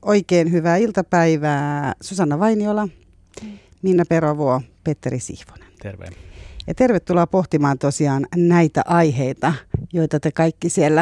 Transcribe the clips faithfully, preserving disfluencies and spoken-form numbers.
oikein hyvää iltapäivää Susanna Vainiola, Minna Perovuo, Petteri Sihvonen. Terve. Ja tervetuloa pohtimaan tosiaan näitä aiheita, joita te kaikki siellä,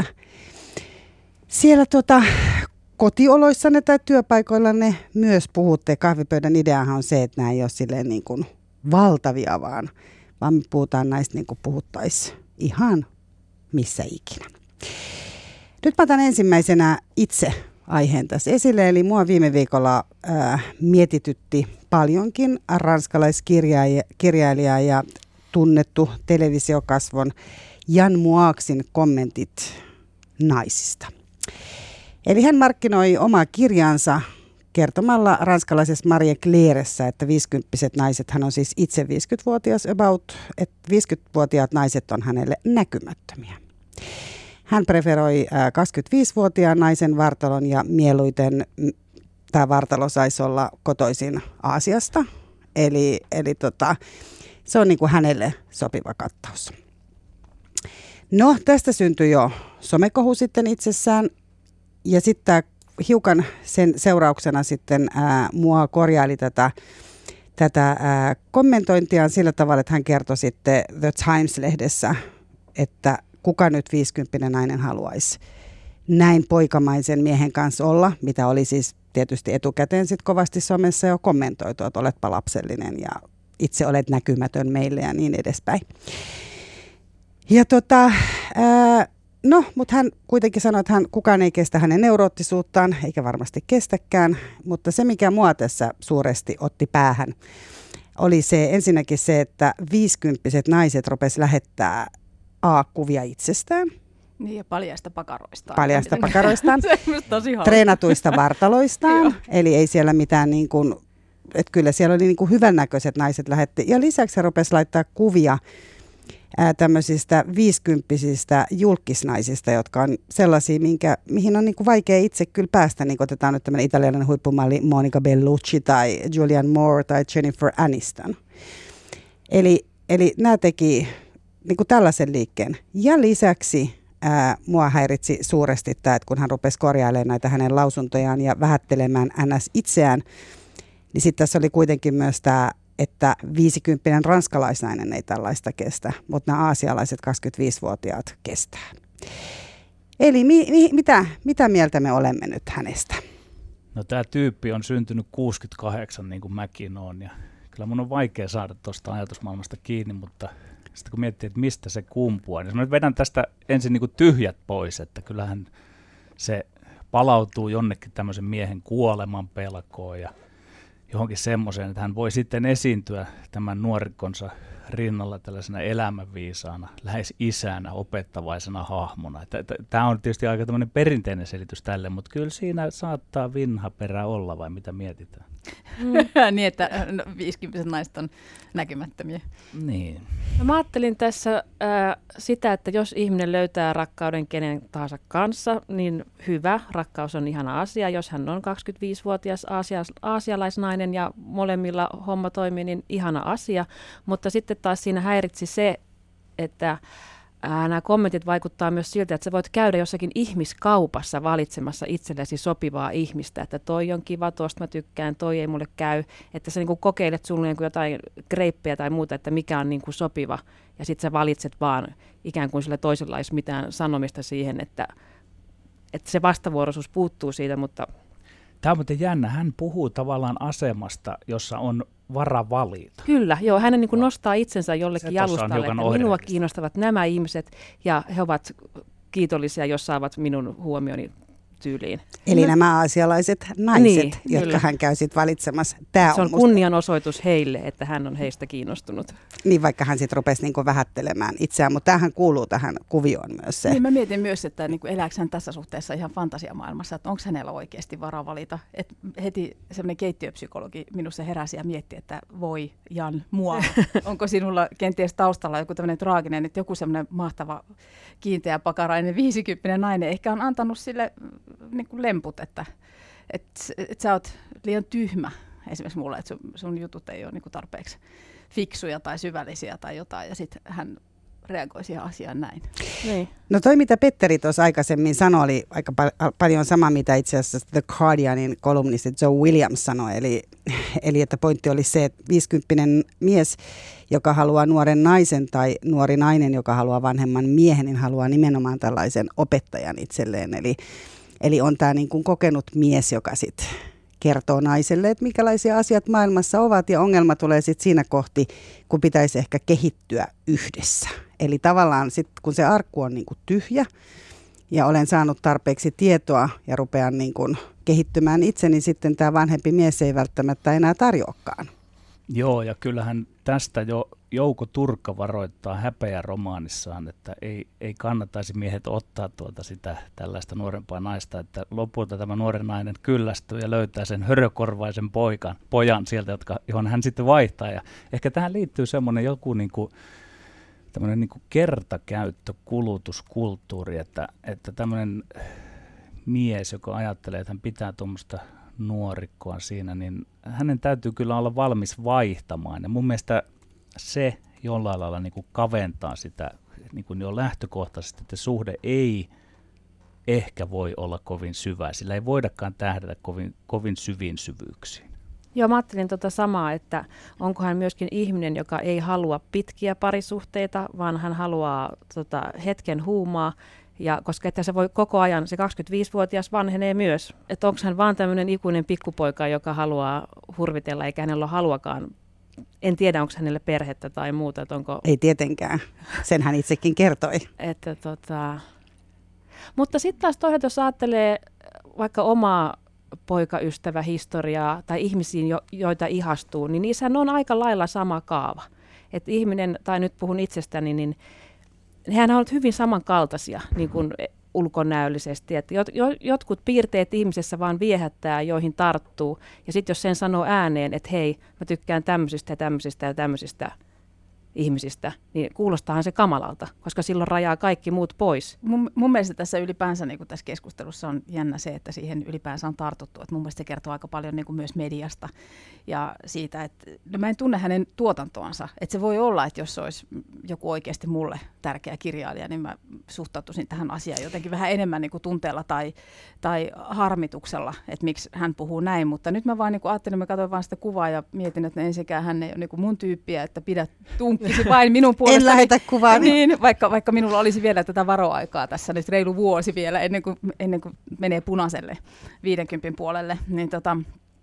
siellä tota, kotioloissanne tai työpaikoillanne myös puhutte. Kahvipöydän ideahan on se, että nämä ei ole silleen niin kuin valtavia, vaan, vaan me puhutaan näistä niin kuin puhuttaisiin ihan missä ikinä. Nyt mä otan ensimmäisenä itse aiheen tässä esille, eli mua viime viikolla äh, mietitytti paljonkin ranskalaiskirjailija ja tunnettu televisiokasvon Jan Moixin kommentit naisista. Eli hän markkinoi omaa kirjaansa kertomalla ranskalaisessa Marie Clairessä, että viisikymppiset naiset, hän on siis itse viisikymmentävuotias about, että viisikymmentävuotiaat naiset on hänelle näkymättömiä. Hän preferoi kaksikymmentäviisivuotiaan naisen vartalon ja mieluiten tämä vartalo saisi olla kotoisin Aasiasta. Eli, eli tota, se on niin kuin hänelle sopiva kattaus. No, tästä syntyi jo somekohu sitten itsessään. Ja sitten hiukan sen seurauksena sitten ää, mua korjaili tätä, tätä ää, kommentointiaan sillä tavalla, että hän kertoi sitten The Times-lehdessä, että kuka nyt viisikymppinen nainen haluaisi näin poikamaisen miehen kanssa olla, mitä oli siis tietysti etukäteen sitten kovasti somessa jo kommentoitu, että oletpa lapsellinen ja itse olet näkymätön meille ja niin edespäin. Ja tota, ää, no, mutta hän kuitenkin sanoi, että hän, kukaan ei kestä hänen neuroottisuuttaan, eikä varmasti kestäkään, mutta se mikä mua tässä suuresti otti päähän, oli se ensinnäkin se, että viisikymppiset naiset rupesi lähettää A-kuvia itsestään. Niin ja paljasta pakaroistaan. Paljasta pakaroistaan. Se on tosi hauska. Treenatuista vartaloistaan. Eli ei siellä mitään niin kuin, että kyllä siellä oli niin kuin hyvännäköiset naiset lähetti. Ja lisäksi he rupesi laittaa kuvia ää, tämmöisistä viisikymppisistä julkisnaisista, jotka on sellaisia, minkä, mihin on niin kuin vaikea itse kyllä päästä. Niin kuin otetaan nyt tämmöinen italialainen huippumalli Monica Bellucci tai Julianne Moore tai Jennifer Aniston. Eli, eli nämä teki niin kuin tällaisen liikkeen. Ja lisäksi ää, mua häiritsi suuresti tämä, että kun hän rupesi korjailemaan näitä hänen lausuntojaan ja vähättelemään ns. Itseään, niin sitten tässä oli kuitenkin myös tämä, että viisikymppinen ranskalaisnainen ei tällaista kestä, mutta nämä aasialaiset kaksikymmentäviisivuotiaat kestää. Eli mi, mi, mitä, mitä mieltä me olemme nyt hänestä? No tämä tyyppi on syntynyt kuusikymmentäkahdeksan, niin kuin mäkin olen, ja kyllä mun on vaikea saada tuosta ajatusmaailmasta kiinni, mutta sitten kun miettii, että mistä se kumpuaa, niin mä nyt vedän tästä ensin niin kuin tyhjät pois, että kyllähän se palautuu jonnekin tämmöisen miehen kuoleman pelkoon ja johonkin semmoiseen, että hän voi sitten esiintyä tämän nuorikkonsa rinnalla tällaisena elämänviisaana, lähes isänä, opettavaisena hahmona. Tämä on tietysti aika tämmöinen perinteinen selitys tälle, mutta kyllä siinä saattaa vinha perä olla, vai mitä mietitään? Mm. Niin, että viisikymppiset naiset on näkymättömiä. Niin. No, mä ajattelin tässä äh, sitä, että jos ihminen löytää rakkauden kenen tahansa kanssa, niin hyvä, rakkaus on ihana asia. Jos hän on kaksikymmentäviisivuotias aasia, aasialaisnainen ja molemmilla homma toimii, niin ihana asia. Mutta sitten taas siinä häiritsi se, että Ää, nämä kommentit vaikuttaa myös siltä, että sä voit käydä jossakin ihmiskaupassa valitsemassa itsellesi sopivaa ihmistä, että toi on kiva, tosta mä tykkään, toi ei mulle käy, että sä niinku kokeilet sulle niinku jotain greippejä tai muuta, että mikä on niinku sopiva, ja sit sä valitset vaan ikään kuin sillä toisella ei olisi mitään sanomista siihen, että, että se vastavuoroisuus puuttuu siitä, mutta Tämä on muuten jännä. Hän puhuu tavallaan asemasta, jossa on vara valita. Kyllä, joo. Hän niin kuin nostaa itsensä jollekin Se jalustalle, että minua kiinnostavat nämä ihmiset ja he ovat kiitollisia, jos saavat minun huomioni tyyliin. Eli no. nämä aasialaiset naiset, niin, jotka kyllä. hän käy sitten valitsemassa. Tämä se on, on musta kunnianosoitus heille, että hän on heistä kiinnostunut. Niin, vaikka hän sitten rupesi niinku vähättelemään itseään, mutta tämähän kuuluu tähän kuvioon myös se. Niin, mä mietin myös, että niinku elääkö hän tässä suhteessa ihan fantasiamaailmassa, että onko hänellä oikeasti varaa valita. Et heti semmoinen keittiöpsykologi minussa heräsi ja mietti, että voi Jan, mua. Onko sinulla kenties taustalla joku tämmöinen traaginen, että joku semmoinen mahtava kiinteä pakarainen viisikymppinen nainen ehkä on antanut sille niin kuin lemput, että et, et sä oot liian tyhmä esimerkiksi mulle, että sun, sun jutut ei ole niin kuin tarpeeksi fiksuja tai syvällisiä tai jotain. Ja sitten hän reagoi siihen asiaan näin. Niin. No toi, mitä Petteri tuossa aikaisemmin sanoi, oli aika pal- paljon sama, mitä itse asiassa The Guardianin kolumnisti Joe Williams sanoi. Eli, eli että pointti oli se, että viisikymppinen mies, joka haluaa nuoren naisen tai nuori nainen, joka haluaa vanhemman miehen, niin haluaa nimenomaan tällaisen opettajan itselleen. Eli, eli on tämä niin kuin kokenut mies, joka sitten kertoo naiselle, että minkälaisia asiat maailmassa ovat, ja ongelma tulee sitten siinä kohti, kun pitäisi ehkä kehittyä yhdessä. Eli tavallaan sitten, kun se arkku on niin kuin tyhjä, ja olen saanut tarpeeksi tietoa ja rupean niin kuin kehittymään itse, niin sitten tämä vanhempi mies ei välttämättä enää tarjoakaan. Joo, ja kyllähän tästä jo Jouko Turkka varoittaa Häpeä-romaanissaan, että ei, ei kannattaisi miehet ottaa tuota sitä tällaista nuorempaa naista, että lopulta tämä nuori nainen kyllästyy ja löytää sen hörökorvaisen poikan, pojan sieltä, jotka, johon hän sitten vaihtaa. Ja ehkä tähän liittyy semmoinen joku niin kuin, tämmöinen niin kuin kertakäyttökulutuskulttuuri, että, että tämmöinen mies, joka ajattelee, että hän pitää tuommoista nuorikkoa siinä, niin hänen täytyy kyllä olla valmis vaihtamaan. Ja mun mielestä se jollain lailla niin kuin kaventaa sitä niin kuin jo lähtökohtaisesti, että suhde ei ehkä voi olla kovin syvä. Sillä ei voidakaan tähdätä kovin, kovin syviin syvyyksiin. Joo, mä ajattelin tota samaa, että onko hän myöskin ihminen, joka ei halua pitkiä parisuhteita, vaan hän haluaa tota, hetken huumaa. Ja koska että se voi koko ajan, se kaksikymmentäviisivuotias vanhenee myös. Että onko hän vaan tämmöinen ikuinen pikkupoika, joka haluaa hurvitella, eikä hänellä ole haluakaan. En tiedä, onko hänelle perhettä tai muuta. Että onko... Ei tietenkään. Sen hän itsekin kertoi. Että, tota... Mutta sitten taas toisaalta, jos ajattelee vaikka omaa poikaystävähistoriaa tai ihmisiin, jo, joita ihastuu, niin niissähän on aika lailla sama kaava. Että ihminen, tai nyt puhun itsestäni, niin nehän ovat hyvin samankaltaisia niin kuin ulkonäöllisesti. Että jot, jotkut piirteet ihmisessä vaan viehättää, joihin tarttuu. Ja sitten jos sen sanoo ääneen, että hei, mä tykkään tämmöisistä ja tämmöisistä ja tämmöisistä ihmisistä, niin kuulostahan se kamalalta, koska silloin rajaa kaikki muut pois. Mun, mun mielestä tässä ylipäänsä niin kuin tässä keskustelussa on jännä se, että siihen ylipäänsä on tartuttu. Että mun mielestä se kertoo aika paljon niin kuin myös mediasta ja siitä, että no mä en tunne hänen tuotantoansa. Että se voi olla, että jos se olisi joku oikeasti mulle tärkeä kirjailija, niin mä suhtautuisin tähän asiaan jotenkin vähän enemmän niin kuin tunteella tai, tai harmituksella, että miksi hän puhuu näin. Mutta nyt mä vaan niin kuin ajattelin, mä katsoin vaan sitä kuvaa ja mietin, että ensinnäkään hän ei ole niin kuin mun tyyppiä, että pidä tunkki. Vain minun puolestani. En lähetä kuvaa. Niin, vaikka, vaikka minulla olisi vielä tätä varoaikaa tässä nyt reilu vuosi vielä ennen kuin, ennen kuin menee punaiselle viidenkympin puolelle. Niin, tota,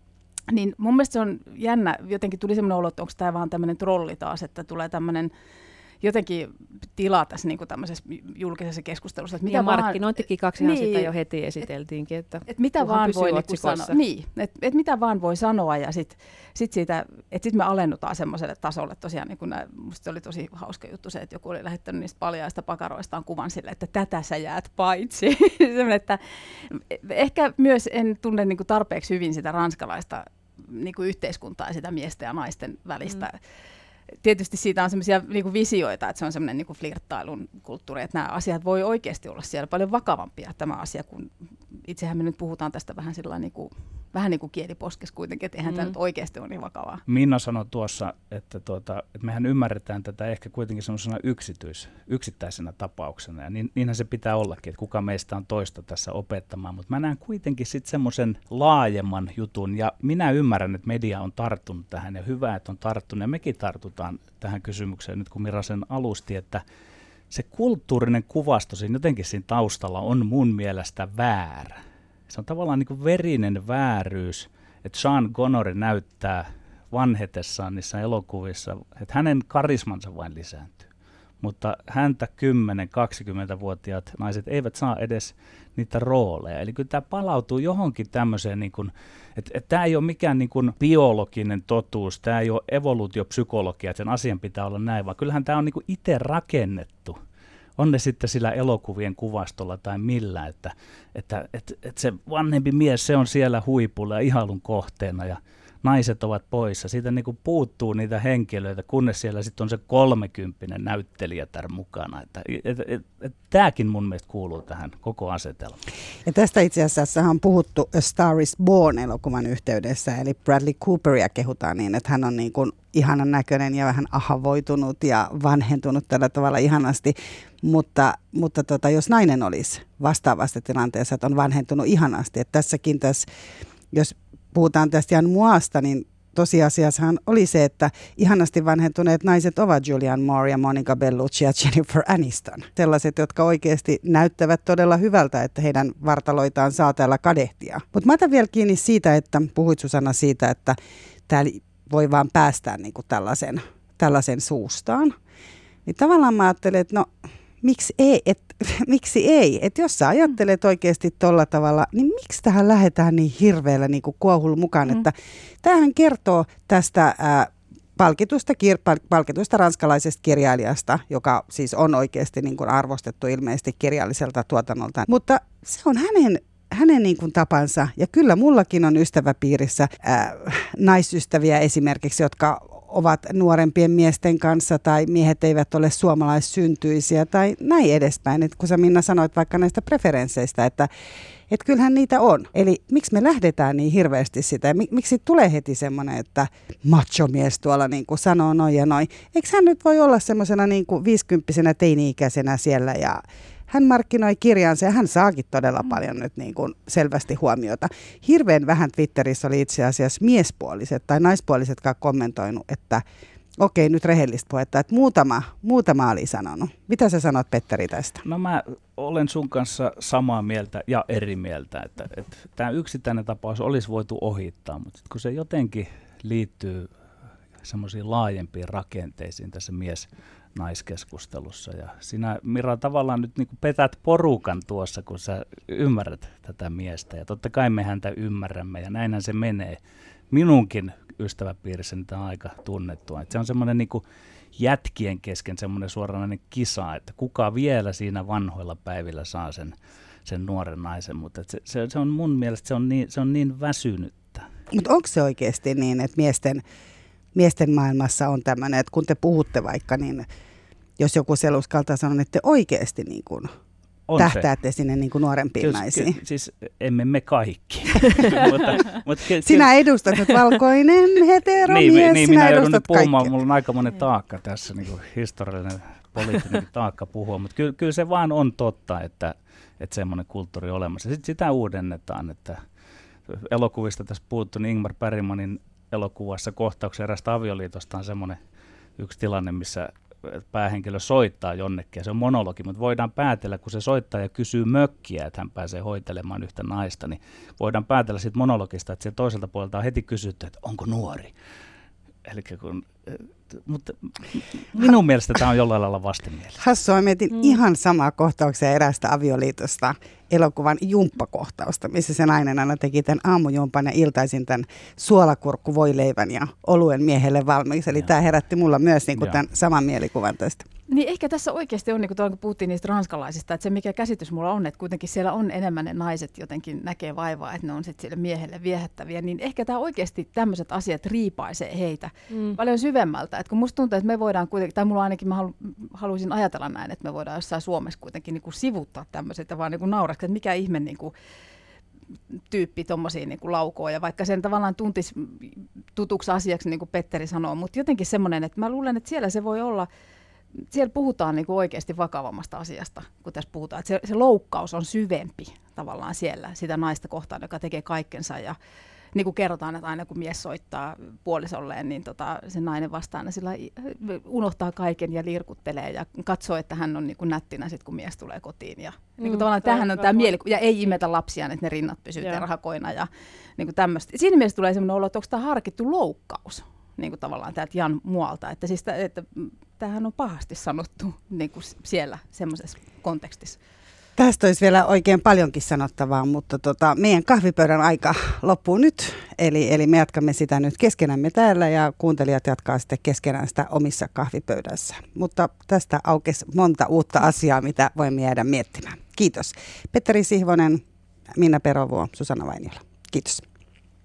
niin mun mielestä se on jännä. Jotenkin tuli semmoinen olo, että onko tämä vaan tämmöinen trolli taas, että tulee tämmöinen jotenkin tila tässä niin kuin tämmöisessä julkisessa keskustelussa. Että mitä ja vaan, markkinointikikaksihan niin, sitä jo heti esiteltiinkin. Että et mitä vaan voi niinku sanoa. Niin, että et mitä vaan voi sanoa ja sitten sit siitä, että sitten me alennutaan semmoiselle tasolle. Tosiaan niin nää, musta oli tosi hauska juttu se, että joku oli lähettänyt niistä paljaista pakaroistaan kuvan sille, että tätä sä jäät paitsi. että ehkä myös en tunne niinku tarpeeksi hyvin sitä ranskalaista niinku yhteiskuntaa ja sitä miesten ja naisten välistä. Mm. Tietysti siitä on semmoisia niinku visioita, että se on semmoinen niinku flirttailun kulttuuri, että nämä asiat voi oikeasti olla siellä paljon vakavampia tämä asia, kun itsehän me nyt puhutaan tästä vähän sillä niinku, vähän niin kuin kieliposkes kuitenkin, että eihän mm. tämä nyt oikeasti ole niin vakavaa. Minna sanoi tuossa, että, tuota, että mehän ymmärretään tätä ehkä kuitenkin semmoisena yksityis, yksittäisenä tapauksena, ja niin, niinhän se pitää ollakin, että kuka meistä on toista tässä opettamaan, mutta mä näen kuitenkin sitten semmoisen laajemman jutun, ja minä ymmärrän, että media on tarttunut tähän, ja hyvä, että on tarttunut, ja mekin tartutaan tähän kysymykseen nyt, kun Mira sen alusti, että se kulttuurinen kuvasto siinä jotenkin siinä taustalla on mun mielestä väärä. Se on tavallaan niin kuin verinen vääryys, että Sean Connery näyttää vanhetessaan niissä elokuvissa, että hänen karismansa vain lisääntyy. Mutta häntä kymmenen-kaksikymmentävuotiaat naiset eivät saa edes niitä rooleja. Eli kyllä tämä palautuu johonkin tämmöiseen, niin kuin, että, että tämä ei ole mikään niin kuin biologinen totuus, tämä ei ole evoluutiopsykologia, että sen asian pitää olla näin, vaan kyllähän tämä on niin kuin itse rakennettu. On ne sitten sillä elokuvien kuvastolla tai millä, että, että, että, että se vanhempi mies, se on siellä huipulla ja ihailun kohteena ja naiset ovat poissa. Siitä niin kuin puuttuu niitä henkilöitä, kunnes siellä sitten on se kolmekymppinen näyttelijä täällä mukana. Että, et, et, et, tämäkin mun mielestä kuuluu tähän koko asetelmaan. Ja tästä itse asiassa on puhuttu A Star is Born-elokuvan yhteydessä, eli Bradley Cooperia kehutaan niin, että hän on niin kuin ihanan näköinen ja vähän ahavoitunut ja vanhentunut tällä tavalla ihanasti, mutta, mutta tota, jos nainen olisi vastaavassa tilanteessa, että on vanhentunut ihanasti, että tässäkin tässä, jos puhutaan tästä Jan Moasta, niin tosiasiassahan oli se, että ihanasti vanhentuneet naiset ovat Julianne Moore ja Monica Bellucci ja Jennifer Aniston. Sellaiset, jotka oikeasti näyttävät todella hyvältä, että heidän vartaloitaan saa täällä kadehtia. Mutta mä otan vielä kiinni siitä, että puhuit Susanna siitä, että täällä voi vaan päästää niin kuin tällaisen, tällaisen suustaan. Niin tavallaan mä ajattelen, että no miksi ei, et, miksi ei? Että jos sä ajattelet oikeasti tolla tavalla, niin miksi tähän lähdetään niin hirveällä niin kuin kuohulla mukaan? Mm. Että tämähän kertoo tästä ää, palkitusta, kir- palkitusta ranskalaisesta kirjailijasta, joka siis on oikeasti niin kuin arvostettu ilmeisesti kirjalliselta tuotannolta. Mutta se on hänen hänen niin kuin tapansa, ja kyllä mullakin on ystäväpiirissä ää, naisystäviä esimerkiksi, jotka ovat nuorempien miesten kanssa, tai miehet eivät ole suomalaissyntyisiä, tai näin edespäin. Et kun sä Minna sanoit vaikka näistä preferensseistä, että et kyllähän niitä on. Eli miksi me lähdetään niin hirveästi sitä, ja miksi tulee heti semmoinen, että macho-mies tuolla niin kuin sanoo noin ja noin. Eikö hän nyt voi olla semmoisena niin kuin viisikymppisenä teini-ikäisenä siellä, ja hän markkinoi kirjansa ja hän saakin todella paljon nyt niin kuin selvästi huomiota. Hirveän vähän Twitterissä oli itse asiassa miespuoliset tai naispuoliset, jotka on kommentoinut, että okei, nyt rehellistä puhetta, että muutama, muutama oli sanonut. Mitä sä sanot, Petteri, tästä? No mä olen sun kanssa samaa mieltä ja eri mieltä, että, että tämä yksittäinen tapaus olisi voitu ohittaa, mutta kun se jotenkin liittyy semmoisiin laajempiin rakenteisiin tässä mies naiskeskustelussa. Ja sinä, Mira, tavallaan nyt niin kuin petät porukan tuossa, kun sä ymmärrät tätä miestä. Ja totta kai me häntä ymmärrämme, ja näinhän se menee. Minunkin ystäväpiirissä nyt on aika tunnettua. Että se on semmoinen niin kuin jätkien kesken semmoinen suoranainen kisa, että kuka vielä siinä vanhoilla päivillä saa sen, sen nuoren naisen. Mutta se, se, se on mun mielestä se on niin, se on niin väsynyttä. Mutta onko se oikeasti niin, että miesten... Miesten maailmassa on tämmöinen, että kun te puhutte vaikka, niin jos joku siellä uskaltaa sanoa, että te oikeasti niin kuin tähtäätte se sinne niin kuin nuorempiin Kyllä, naisiin. Ky- siis emme me kaikki. mutta, mutta ky- sinä ky- edustat nyt valkoinen heteromies, niin, niin, sinä minä joudun edustat nyt puhumaan, kaikkea. mulla on aikamoinen taakka tässä, niin kuin historiallinen poliittinen taakka puhua, mutta kyllä, kyllä se vaan on totta, että, että semmoinen kulttuuri on olemassa. Sitten sitä uudennetaan, että elokuvista tässä puhuttu, niin Ingmar Bergmanin elokuvassa kohtauksen erästä avioliitosta on semmoinen yksi tilanne, missä päähenkilö soittaa jonnekin, ja se on monologi, mutta voidaan päätellä, kun se soittaa ja kysyy mökkiä, että hän pääsee hoitelemaan yhtä naista, niin voidaan päätellä siitä monologista, että se toiselta puolelta on heti kysytty, että onko nuori. Elikkä kun, mutta minun mielestä tämä on jollain lailla vastenmielistä. Hassua, mietin mm. ihan samaa kohtauksia erästä avioliitosta, elokuvan jumppakohtausta, missä se nainen aina teki tämän aamujumpan ja iltaisin tämän suolakurkkuvoileivän ja oluen miehelle valmiiksi. Eli ja. Tämä herätti mulla myös niin kuin tämän saman mielikuvan tästä. Niin ehkä tässä oikeasti on, niin kuin kun puhuttiin niistä ranskalaisista, että se mikä käsitys mulla on, että kuitenkin siellä on enemmän ne naiset jotenkin näkee vaivaa, että ne on sitten sille miehelle viehättäviä, niin ehkä tämä oikeasti tämmöiset asiat riipaisee heitä mm. paljon syvemmältä. Että kun musta tuntuu, että me voidaan kuitenkin, tai mulla ainakin mä halu, haluaisin ajatella näin, että me voidaan jossain Suomessa kuitenkin niin kuin sivuttaa tämmöiset ja vaan niin kuin nauraskaa, että mikä ihme niin kuin tyyppi tuommoisia niin kuin laukoo, ja vaikka sen tavallaan tuntisi tutuksi asiaksi, niin kuin Petteri sanoo, mutta jotenkin semmoinen, että mä luulen, että siellä se voi olla, siellä puhutaan niin kuin oikeasti vakavammasta asiasta, kun tässä puhutaan. Että se, se loukkaus on syvempi tavallaan siellä sitä naista kohtaan, joka tekee kaikkensa. Ja niin kuin kerrotaan, että aina kun mies soittaa puolisolleen, niin tota, se nainen vastaan sillä unohtaa kaiken ja lirkuttelee ja katsoo, että hän on niin kuin nättinä sit, kun mies tulee kotiin. Ja, mm, niin kuin tavallaan tämähän on tämä mieli, ja ei imetä lapsiaan, että ne rinnat pysyy terhakoina ja niin kuin tämmöistä. Siinä mielessä tulee sellainen olo, että onko tämä harkittu loukkaus? Niin kuin tavallaan täältä Jan Mualta, että, siis t- että tämähän on pahasti sanottu niin kuin siellä semmoisessa kontekstissa. Tästä olisi vielä oikein paljonkin sanottavaa, mutta tota, meidän kahvipöydän aika loppuu nyt, eli, eli me jatkamme sitä nyt keskenämme täällä ja kuuntelijat jatkaa sitten keskenään sitä omissa kahvipöydässä. Mutta tästä aukesi monta uutta asiaa, mitä voimme jäädä miettimään. Kiitos. Petteri Sihvonen, Minna Perovuo, Susanna Vainiola. Kiitos.